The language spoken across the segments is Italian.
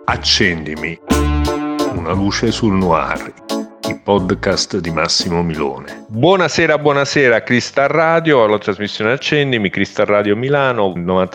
Accendimi una luce sul noir, il podcast di Massimo Milone. Buonasera Cristal Radio, la trasmissione Accendimi, Cristal Radio Milano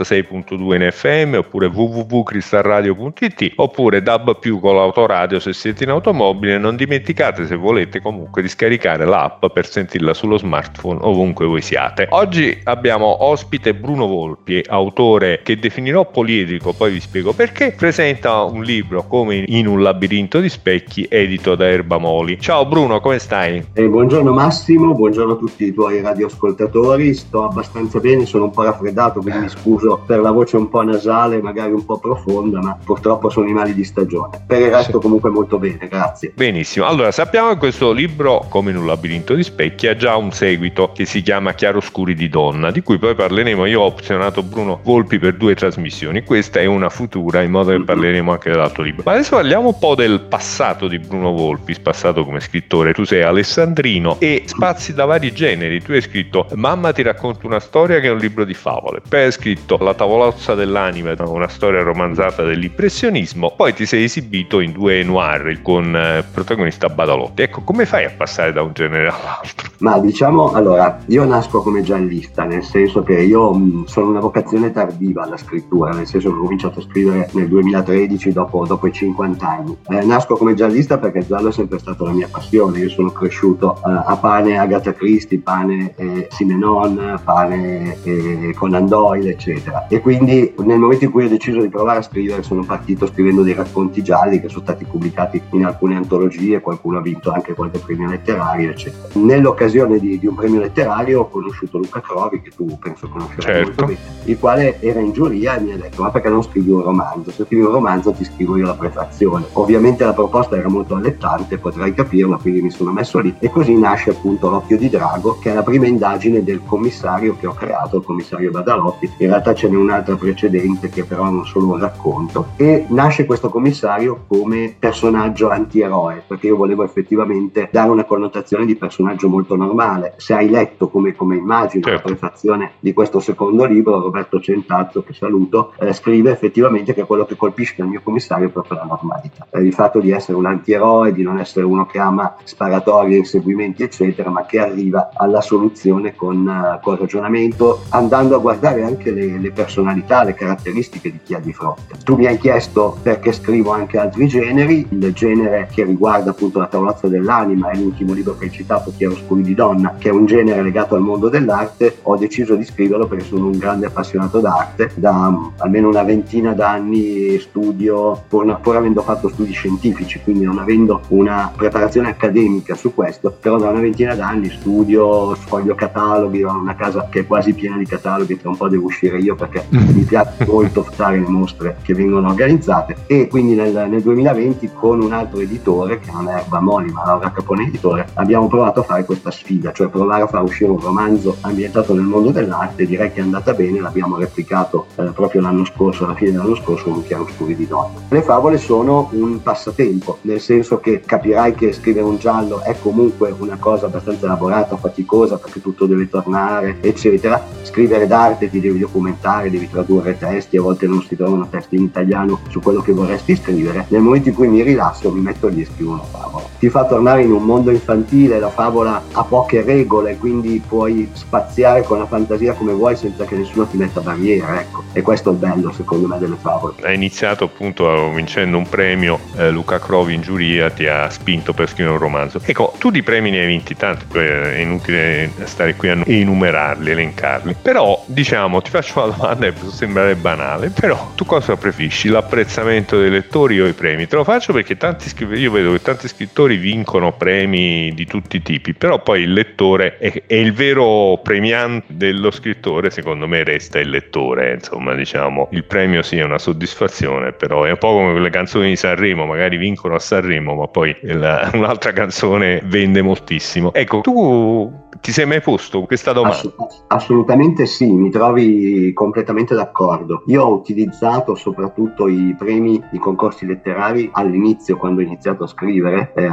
96.2 in FM, oppure www.cristalradio.it, oppure DAB+ con l'autoradio se siete in automobile. Non dimenticate, se volete, comunque di scaricare l'app per sentirla sullo smartphone ovunque voi siate. Oggi abbiamo ospite Bruno Volpi, autore che definirò poliedrico, poi vi spiego perché. Presenta un libro, Come in un labirinto di specchi, edito da Erbamoli. Ciao Bruno, come stai? Buongiorno Massimo, buongiorno a tutti i tuoi radioascoltatori. Sto abbastanza bene, sono un po' raffreddato, quindi mi scuso per la voce un po' nasale, magari un po' profonda, ma purtroppo sono i mali di stagione. Per il resto comunque molto bene, grazie. Benissimo, allora sappiamo che questo libro, Come in un labirinto di specchi, ha già un seguito che si chiama Chiaroscuri di donna, di cui poi parleremo. Io ho opzionato Bruno Volpi per 2 trasmissioni, questa è una futura, in modo che parleremo anche dell'altro libro. Ma adesso parliamo un po' del passato di Bruno Volpi, passato come scrittore. Tu sei alessandrino e spazi da vari generi. Tu hai scritto Mamma ti racconto una storia, che è un libro di favole, poi hai scritto La tavolozza dell'anima, una storia romanzata dell'impressionismo, poi ti sei esibito in 2 noir con protagonista Badalotti. Ecco, come fai a passare da un genere all'altro? Ma diciamo, allora, io nasco come giallista, nel senso che io sono una vocazione tardiva alla scrittura, nel senso che ho cominciato a scrivere nel 2013 dopo i 50 anni. Nasco come giallista perché il giallo è sempre stato la mia passione. Io sono cresciuto a pane Agatha Christie, pane Simenon, pane Conan Doyle, eccetera. E quindi nel momento in cui ho deciso di provare a scrivere, sono partito scrivendo dei racconti gialli che sono stati pubblicati in alcune antologie, qualcuno ha vinto anche qualche premio letterario, eccetera. Nell'occasione di un premio letterario ho conosciuto Luca Crovi, che tu penso conoscerai molto bene, il quale era in giuria e mi ha detto: ma perché non scrivi un romanzo? Se scrivi un romanzo ti scrivo io la prefazione. Ovviamente la proposta era molto allettante, potrai capirlo, quindi mi sono messo lì e così nasce appunto L'Occhio di Drago, che è la prima indagine del commissario che ho creato, il commissario Badalotti. In realtà ce n'è un'altra precedente che però non solo un racconto, e nasce questo commissario come personaggio antieroe, perché io volevo effettivamente dare una connotazione di personaggio molto normale. Se hai letto come immagino la prefazione di questo secondo libro, Roberto Centazzo, che saluto, scrive effettivamente che quello che colpisce il mio commissario è proprio la normalità, il fatto di essere un antieroe, di non essere uno che ama sparatorie, inseguimenti eccetera, ma che arriva alla soluzione con ragionamento, andando a guardare anche le personalità, le caratteristiche di chi ha di fronte. Tu mi hai chiesto perché scrivo anche altri generi. Il genere che riguarda appunto La tavolozza dell'anima è l'ultimo libro che hai citato, Chiaroscuri di donna, che è un genere legato al mondo dell'arte. Ho deciso di scriverlo perché sono un grande appassionato d'arte, da almeno una ventina d'anni studio, pur avendo fatto studi scientifici, quindi non avendo una preparazione accademica su questo, però da una ventina d'anni studio, sfoglio cataloghi. Ho una casa che è quasi piena di cataloghi, tra un po' devo uscire io perché mi piace molto fare le mostre che vengono organizzate. E quindi nel 2020 con un altro editore, che non è Erbamoli ma Laura Capone editore, abbiamo provato a fare questa sfida, cioè provare a far uscire un romanzo ambientato nel mondo dell'arte. Direi che è andata bene, l'abbiamo replicato proprio l'anno scorso, alla fine dell'anno scorso, con Chiaroscuri di donna. Le favole sono un passatempo, nel senso che capirai che scrivere un giallo è comunque una cosa abbastanza elaborata, faticosa, perché tutto deve tornare eccetera. Scrivere d'arte ti devi documentare, devi tradurre testi, a volte non si trovano testi in italiano su quello che vorresti scrivere. Nel momento in cui mi rilasso mi metto lì e scrivo una favola. Ti fa tornare in un mondo infantile, la favola ha poche regole, quindi puoi spaziare con la fantasia come vuoi senza che nessuno ti metta barriere, ecco. E questo è il bello secondo me delle favole. Hai iniziato appunto vincendo un premio, Luca Crovi in giuria ti ha spinto per scrivere un romanzo. Ecco, tu di premi ne hai vinti tanti, poi è inutile stare qui a enumerarli, elencarli, però diciamo, ti faccio una domanda che può sembrare banale, però tu cosa preferisci, l'apprezzamento dei lettori o i premi? Te lo faccio perché io vedo che tanti scrittori vincono premi di tutti i tipi, però poi il lettore è il vero premiante dello scrittore. Secondo me resta il lettore, insomma, diciamo, il premio sì è una soddisfazione, però è un po' come quelle canzoni di Sanremo, magari vincono a Sanremo ma poi un'altra canzone vende moltissimo. Ecco, tu ti sei mai posto questa domanda? Assolutamente sì, mi trovi completamente d'accordo. Io ho utilizzato soprattutto i premi, i concorsi letterari all'inizio, quando ho iniziato a scrivere,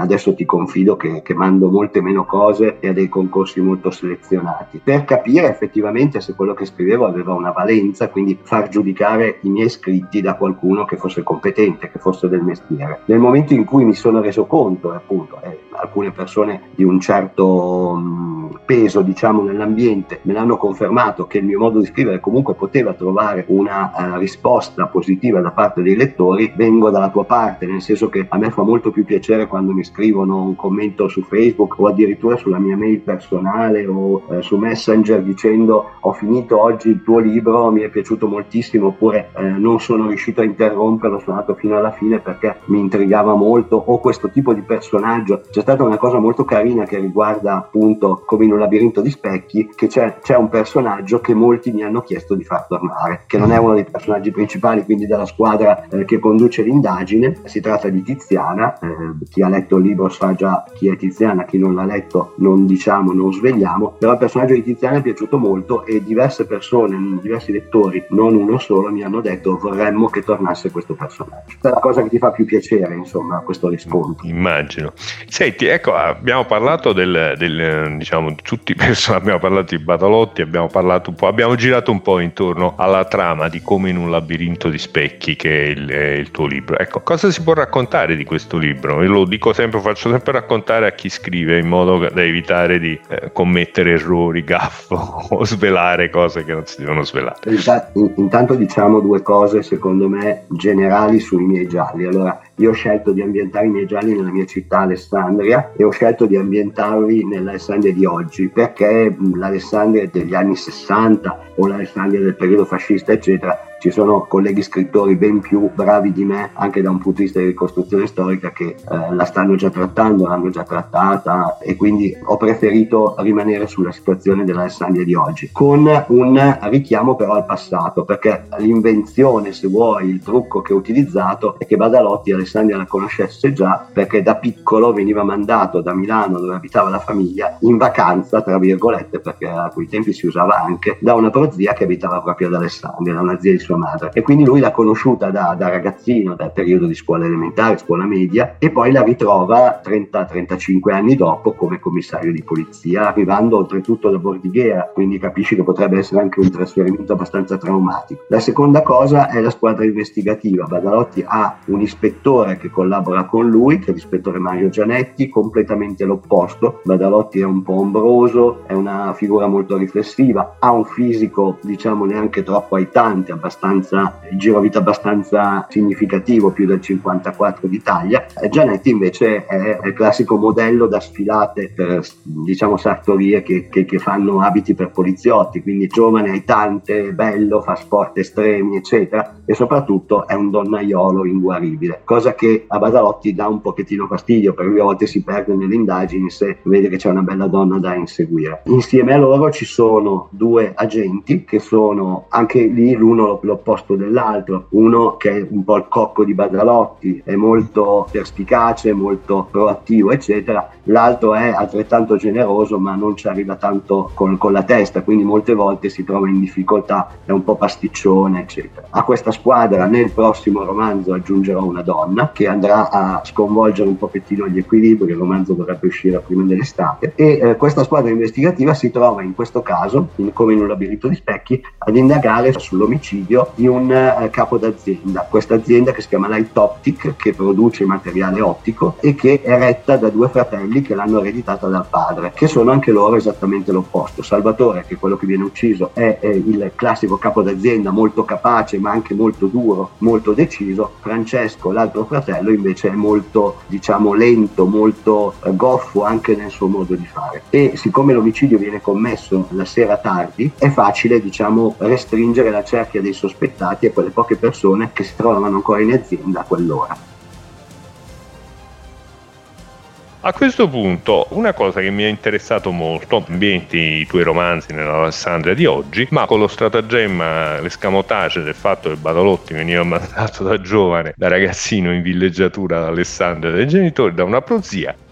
adesso ti confido che mando molte meno cose e a dei concorsi molto selezionati, per capire effettivamente se quello che scrivevo aveva una valenza, quindi far giudicare i miei scritti da qualcuno che fosse competente, che fosse del mestiere. Nel momento in cui mi sono reso conto, appunto, alcune persone di un certo peso, diciamo, nell'ambiente me l'hanno confermato, che il mio modo di scrivere comunque poteva trovare una risposta positiva da parte dei lettori, vengo dalla tua parte, nel senso che a me fa molto più piacere quando mi scrivono un commento su Facebook o addirittura sulla mia mail personale o su Messenger dicendo ho finito oggi il tuo libro, mi è piaciuto moltissimo, oppure non sono riuscito a interromperlo, sono andato fino alla fine perché mi intrigava molto, o questo tipo di personaggio. C'è stata una cosa molto carina che riguarda appunto Come in un labirinto di specchi, che c'è un personaggio che molti mi hanno chiesto di far tornare, che non è uno dei personaggi principali, quindi della squadra che conduce l'indagine. Si tratta di Tiziana, chi ha letto il libro sa già chi è Tiziana, chi non l'ha letto non svegliamo, però il personaggio di Tiziana è piaciuto molto e diverse persone, diversi lettori, non uno solo, mi hanno detto vorremmo che tornasse questo personaggio. È la cosa che ti fa più piacere, insomma, questo riscontro. Immagino. Senti, ecco, abbiamo parlato diciamo tutti abbiamo parlato di Badalotti, abbiamo girato un po' intorno alla trama di Come in un labirinto di specchi, che è il tuo libro. Ecco, cosa si può raccontare di questo libro? Io lo dico sempre, faccio sempre raccontare a chi scrive, in modo da evitare di commettere errori, gaffo o svelare cose che non si devono svelare. Intanto diciamo due cose secondo me generali sui miei gialli. Allora, io ho scelto di ambientare i miei gialli nella mia città Alessandria e ho scelto di ambientarli nell'Alessandria di oggi, perché l'Alessandria degli anni 60 o l'Alessandria del periodo fascista eccetera, ci sono colleghi scrittori ben più bravi di me anche da un punto di vista di ricostruzione storica che la stanno già trattando, l'hanno già trattata, e quindi ho preferito rimanere sulla situazione dell'Alessandria di oggi, con un richiamo però al passato, perché l'invenzione, se vuoi, il trucco che ho utilizzato è che Badalotti Alessandria la conoscesse già, perché da piccolo veniva mandato da Milano, dove abitava la famiglia, in vacanza, tra virgolette, perché a quei tempi si usava anche, da una prozia che abitava proprio ad Alessandria, da una zia di sua madre, e quindi lui l'ha conosciuta da ragazzino, dal periodo di scuola elementare, scuola media, e poi la ritrova 30-35 anni dopo come commissario di polizia, arrivando oltretutto da Bordighera, quindi capisci che potrebbe essere anche un trasferimento abbastanza traumatico. La seconda cosa è la squadra investigativa. Badalotti ha un ispettore che collabora con lui, che è l'ispettore Mario Gianetti, completamente l'opposto. Badalotti è un po' ombroso, è una figura molto riflessiva, ha un fisico diciamo neanche troppo aitante, abbastanza, il girovita abbastanza significativo, più del 54 di taglia. Gianetti invece è il classico modello da sfilate per diciamo sartorie che fanno abiti per poliziotti, quindi giovane, aitante, bello, fa sport estremi eccetera, e soprattutto è un donnaiolo inguaribile, cosa che a Badalotti dà un pochettino fastidio, perché lui a volte si perde nelle indagini se vede che c'è una bella donna da inseguire. Insieme a loro ci sono due agenti che sono anche lì l'uno l'opposto dell'altro, uno che è un po' il cocco di Badalotti, è molto perspicace, molto proattivo eccetera, l'altro è altrettanto generoso ma non ci arriva tanto con la testa, quindi molte volte si trova in difficoltà, è un po' pasticcione eccetera. A questa squadra nel prossimo romanzo aggiungerò una donna che andrà a sconvolgere un pochettino gli equilibri, il romanzo dovrebbe uscire prima dell'estate, e questa squadra investigativa si trova in questo caso, come in un labirinto di specchi, ad indagare sull'omicidio di un capo d'azienda, questa azienda che si chiama Light Optic, che produce materiale ottico e che è retta da due fratelli che l'hanno ereditata dal padre, che sono anche loro esattamente l'opposto. Salvatore, che è quello che viene ucciso, è il classico capo d'azienda molto capace ma anche molto duro, molto deciso. Francesco, l'altro fratello, invece è molto diciamo lento, molto goffo anche nel suo modo di fare, e siccome l'omicidio viene commesso la sera tardi è facile diciamo restringere la cerchia dei sospettati a quelle poche persone che si trovano ancora in azienda a quell'ora. A questo punto, una cosa che mi ha interessato molto, ambienti i tuoi romanzi nell'Alessandria di oggi, ma con lo stratagemma, l'escamotage del fatto che Badalotti veniva mandato da giovane, da ragazzino in villeggiatura ad Alessandria dai genitori, da una prozia,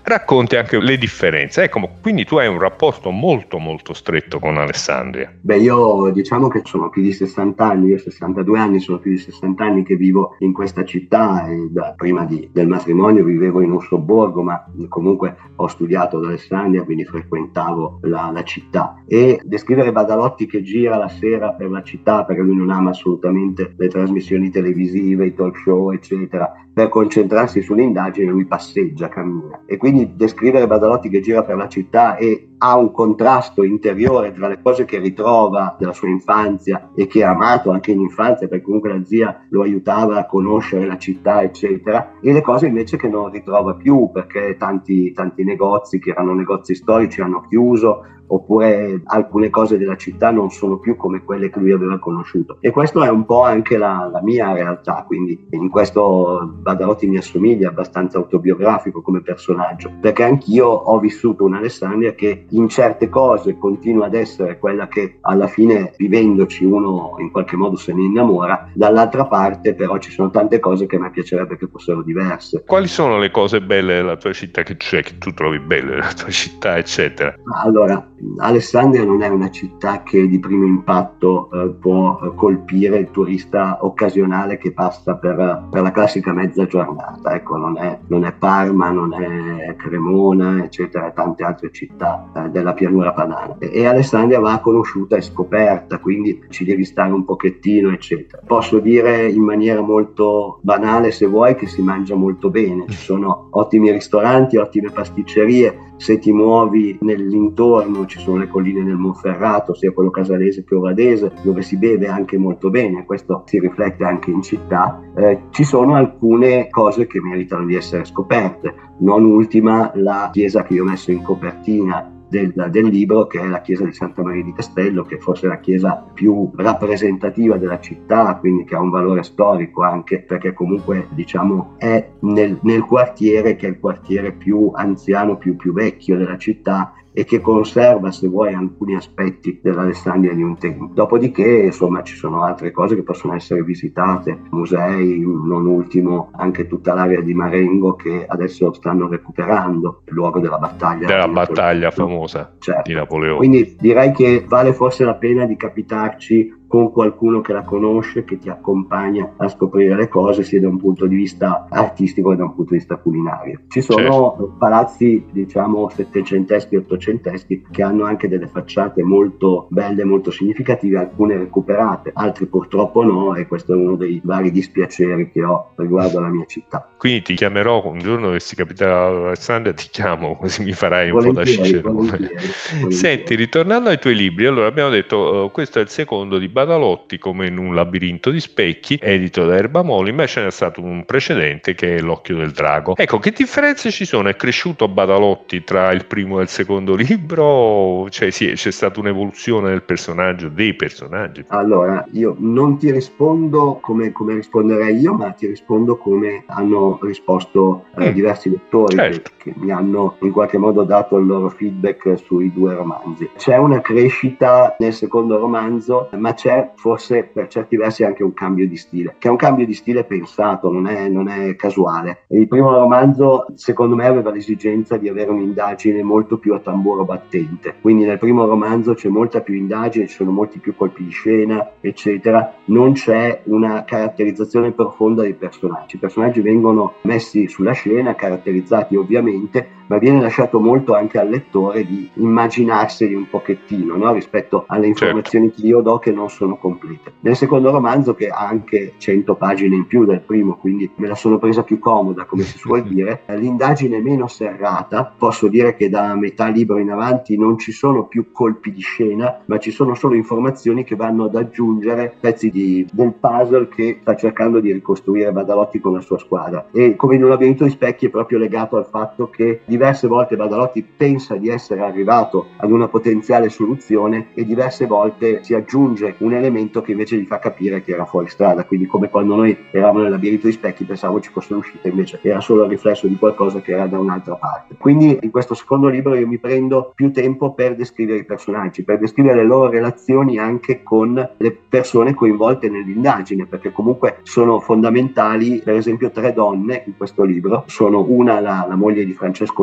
racconti anche le differenze. Ecco, quindi tu hai un rapporto molto molto stretto con Alessandria. Beh, io diciamo che sono più di 60 anni, io ho 62 anni, sono più di 60 anni che vivo in questa città e prima del matrimonio vivevo in un sobborgo, ma comunque ho studiato ad Alessandria, quindi frequentavo la città. E descrivere Badalotti che gira la sera per la città, perché lui non ama assolutamente le trasmissioni televisive, i talk show, eccetera, per concentrarsi sull'indagine lui passeggia, cammina. E quindi descrivere Badalotti che gira per la città e ha un contrasto interiore tra le cose che ritrova della sua infanzia e che ha amato anche in infanzia, perché comunque la zia lo aiutava a conoscere la città, eccetera, e le cose invece che non ritrova più, perché tanti negozi che erano negozi storici hanno chiuso, oppure alcune cose della città non sono più come quelle che lui aveva conosciuto. E questo è un po' anche la mia realtà, quindi in questo Badalotti mi assomiglia, abbastanza autobiografico come personaggio, perché anch'io ho vissuto un'Alessandria che in certe cose continua ad essere quella che alla fine, vivendoci, uno in qualche modo se ne innamora, dall'altra parte però ci sono tante cose che a me piacerebbe che fossero diverse. Quali sono le cose belle della tua città che tu trovi belle nella tua città, eccetera? Allora, Alessandria non è una città che di primo impatto può colpire il turista occasionale che passa per la classica mezza giornata. Ecco, non è Parma, non è Cremona, eccetera, e tante altre città della pianura padana. E Alessandria va conosciuta e scoperta, quindi ci devi stare un pochettino, eccetera. Posso dire in maniera molto banale, se vuoi, che si mangia molto bene. Ci sono ottimi ristoranti, ottime pasticcerie. Se ti muovi nell'intorno ci sono le colline del Monferrato, sia quello casalese che ovadese, dove si beve anche molto bene, questo si riflette anche in città. Ci sono alcune cose che meritano di essere scoperte, non ultima la chiesa che io ho messo in copertina del libro, che è la chiesa di Santa Maria di Castello, che forse è la chiesa più rappresentativa della città, quindi che ha un valore storico anche perché comunque diciamo è nel quartiere, che è il quartiere più anziano, più vecchio della città, e che conserva, se vuoi, alcuni aspetti dell'Alessandria di un tempo. Dopodiché, insomma, ci sono altre cose che possono essere visitate, musei, non ultimo anche tutta l'area di Marengo che adesso stanno recuperando, il luogo della battaglia. Della battaglia famosa, certo, di Napoleone. Quindi direi che vale forse la pena di capitarci con qualcuno che la conosce, che ti accompagna a scoprire le cose, sia da un punto di vista artistico che da un punto di vista culinario. Ci sono palazzi, diciamo, settecenteschi, ottocenteschi, che hanno anche delle facciate molto belle, molto significative, alcune recuperate, altri purtroppo no, e questo è uno dei vari dispiaceri che ho riguardo alla mia città. Quindi ti chiamerò, un giorno dovessi capitare ad Alessandria, ti chiamo, così mi farai un po' da cicerone. Senti, ritornando ai tuoi libri, allora abbiamo detto, questo è il secondo di Badalotti, come in un labirinto di specchi, edito da Erbamoli, invece ce n'è stato un precedente che è L'occhio del drago. Ecco, che differenze ci sono? È cresciuto Badalotti tra il primo e il secondo libro? Cioè c'è stata un'evoluzione del personaggio, dei personaggi? Allora, io non ti rispondo come risponderei io, ma ti rispondo come hanno risposto diversi lettori, certo, che mi hanno in qualche modo dato il loro feedback sui due romanzi. C'è una crescita nel secondo romanzo, ma c'è forse per certi versi anche un cambio di stile, che è un cambio di stile pensato, non è casuale. Il primo romanzo secondo me aveva l'esigenza di avere un'indagine molto più a tamburo battente, quindi nel primo romanzo c'è molta più indagine, ci sono molti più colpi di scena, eccetera. Non c'è una caratterizzazione profonda dei personaggi. I personaggi vengono messi sulla scena, caratterizzati ovviamente, ma viene lasciato molto anche al lettore di immaginarseli un pochettino, no? Rispetto alle informazioni che io do, che non sono complete. Nel secondo romanzo, che ha anche 100 pagine in più del primo, quindi me la sono presa più comoda, come si suol dire, l'indagine è meno serrata. Posso dire che da metà libro in avanti non ci sono più colpi di scena, ma ci sono solo informazioni che vanno ad aggiungere pezzi del puzzle che sta cercando di ricostruire Badalotti con la sua squadra. E come in un labirinto di specchi è proprio legato al fatto che diverse volte Badalotti pensa di essere arrivato ad una potenziale soluzione e diverse volte si aggiunge un elemento che invece gli fa capire che era fuori strada, quindi come quando noi eravamo nel labirinto di specchi pensavo ci fosse un'uscita, invece era solo il riflesso di qualcosa che era da un'altra parte. Quindi in questo secondo libro io mi prendo più tempo per descrivere i personaggi, per descrivere le loro relazioni anche con le persone coinvolte nell'indagine, perché comunque sono fondamentali. Per esempio 3 donne in questo libro, sono una la moglie di Francesco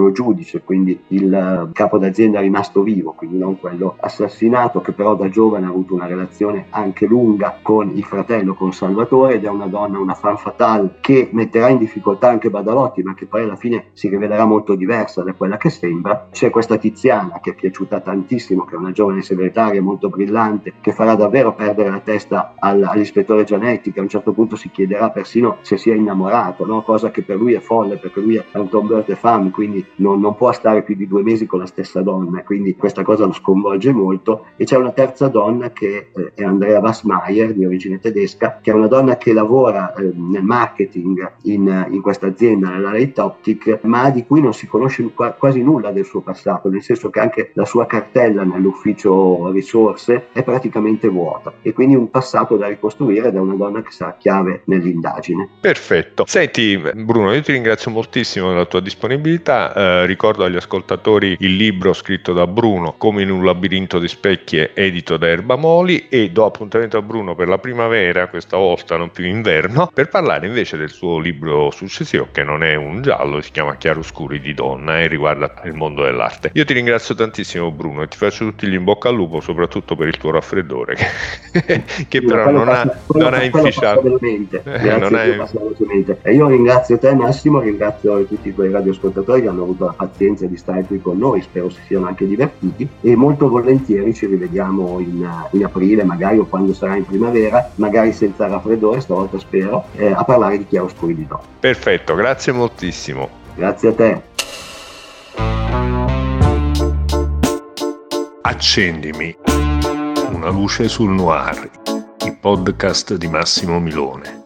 piccolo giudice, quindi il capo d'azienda rimasto vivo, quindi non quello assassinato, che però da giovane ha avuto una relazione anche lunga con il fratello, con Salvatore, ed è una donna, una femme fatale, che metterà in difficoltà anche Badalotti, ma che poi alla fine si rivelerà molto diversa da quella che sembra. C'è questa Tiziana che è piaciuta tantissimo, che è una giovane segretaria molto brillante, che farà davvero perdere la testa all'ispettore Gianetti, che a un certo punto si chiederà persino se sia innamorato, no? Cosa che per lui è folle, perché lui è un tombeur de femme, quindi non può stare più di 2 mesi con la stessa donna, quindi questa cosa lo sconvolge molto. E c'è una terza donna che è Andrea Wassmeyer, di origine tedesca, che è una donna che lavora nel marketing in questa azienda, nella Light Optic, ma di cui non si conosce quasi nulla del suo passato, nel senso che anche la sua cartella nell'ufficio risorse è praticamente vuota, e quindi un passato da ricostruire da una donna che sarà chiave nell'indagine. Perfetto. Senti Bruno, io ti ringrazio moltissimo della tua disponibilità, ricordo agli ascoltatori il libro scritto da Bruno, Come in un labirinto di specchi, edito da Erbamoli, e do appuntamento a Bruno per la primavera, questa volta non più inverno, per parlare invece del suo libro successivo, che non è un giallo, si chiama Chiaroscuri di donna e riguarda il mondo dell'arte. Io ti ringrazio tantissimo Bruno e ti faccio tutti gli in bocca al lupo, soprattutto per il tuo raffreddore che però non ha inficiato. E io ringrazio te Massimo, ringrazio tutti i tuoi radioascoltatori che hanno avuto la pazienza di stare qui con noi, spero si siano anche divertiti, e molto volentieri ci rivediamo in aprile magari, o quando sarà in primavera, magari senza raffreddore, stavolta spero, a parlare di Chiaroscuri di donna. Perfetto, grazie moltissimo. Grazie a te. Accendimi una luce sul noir, il podcast di Massimo Milone.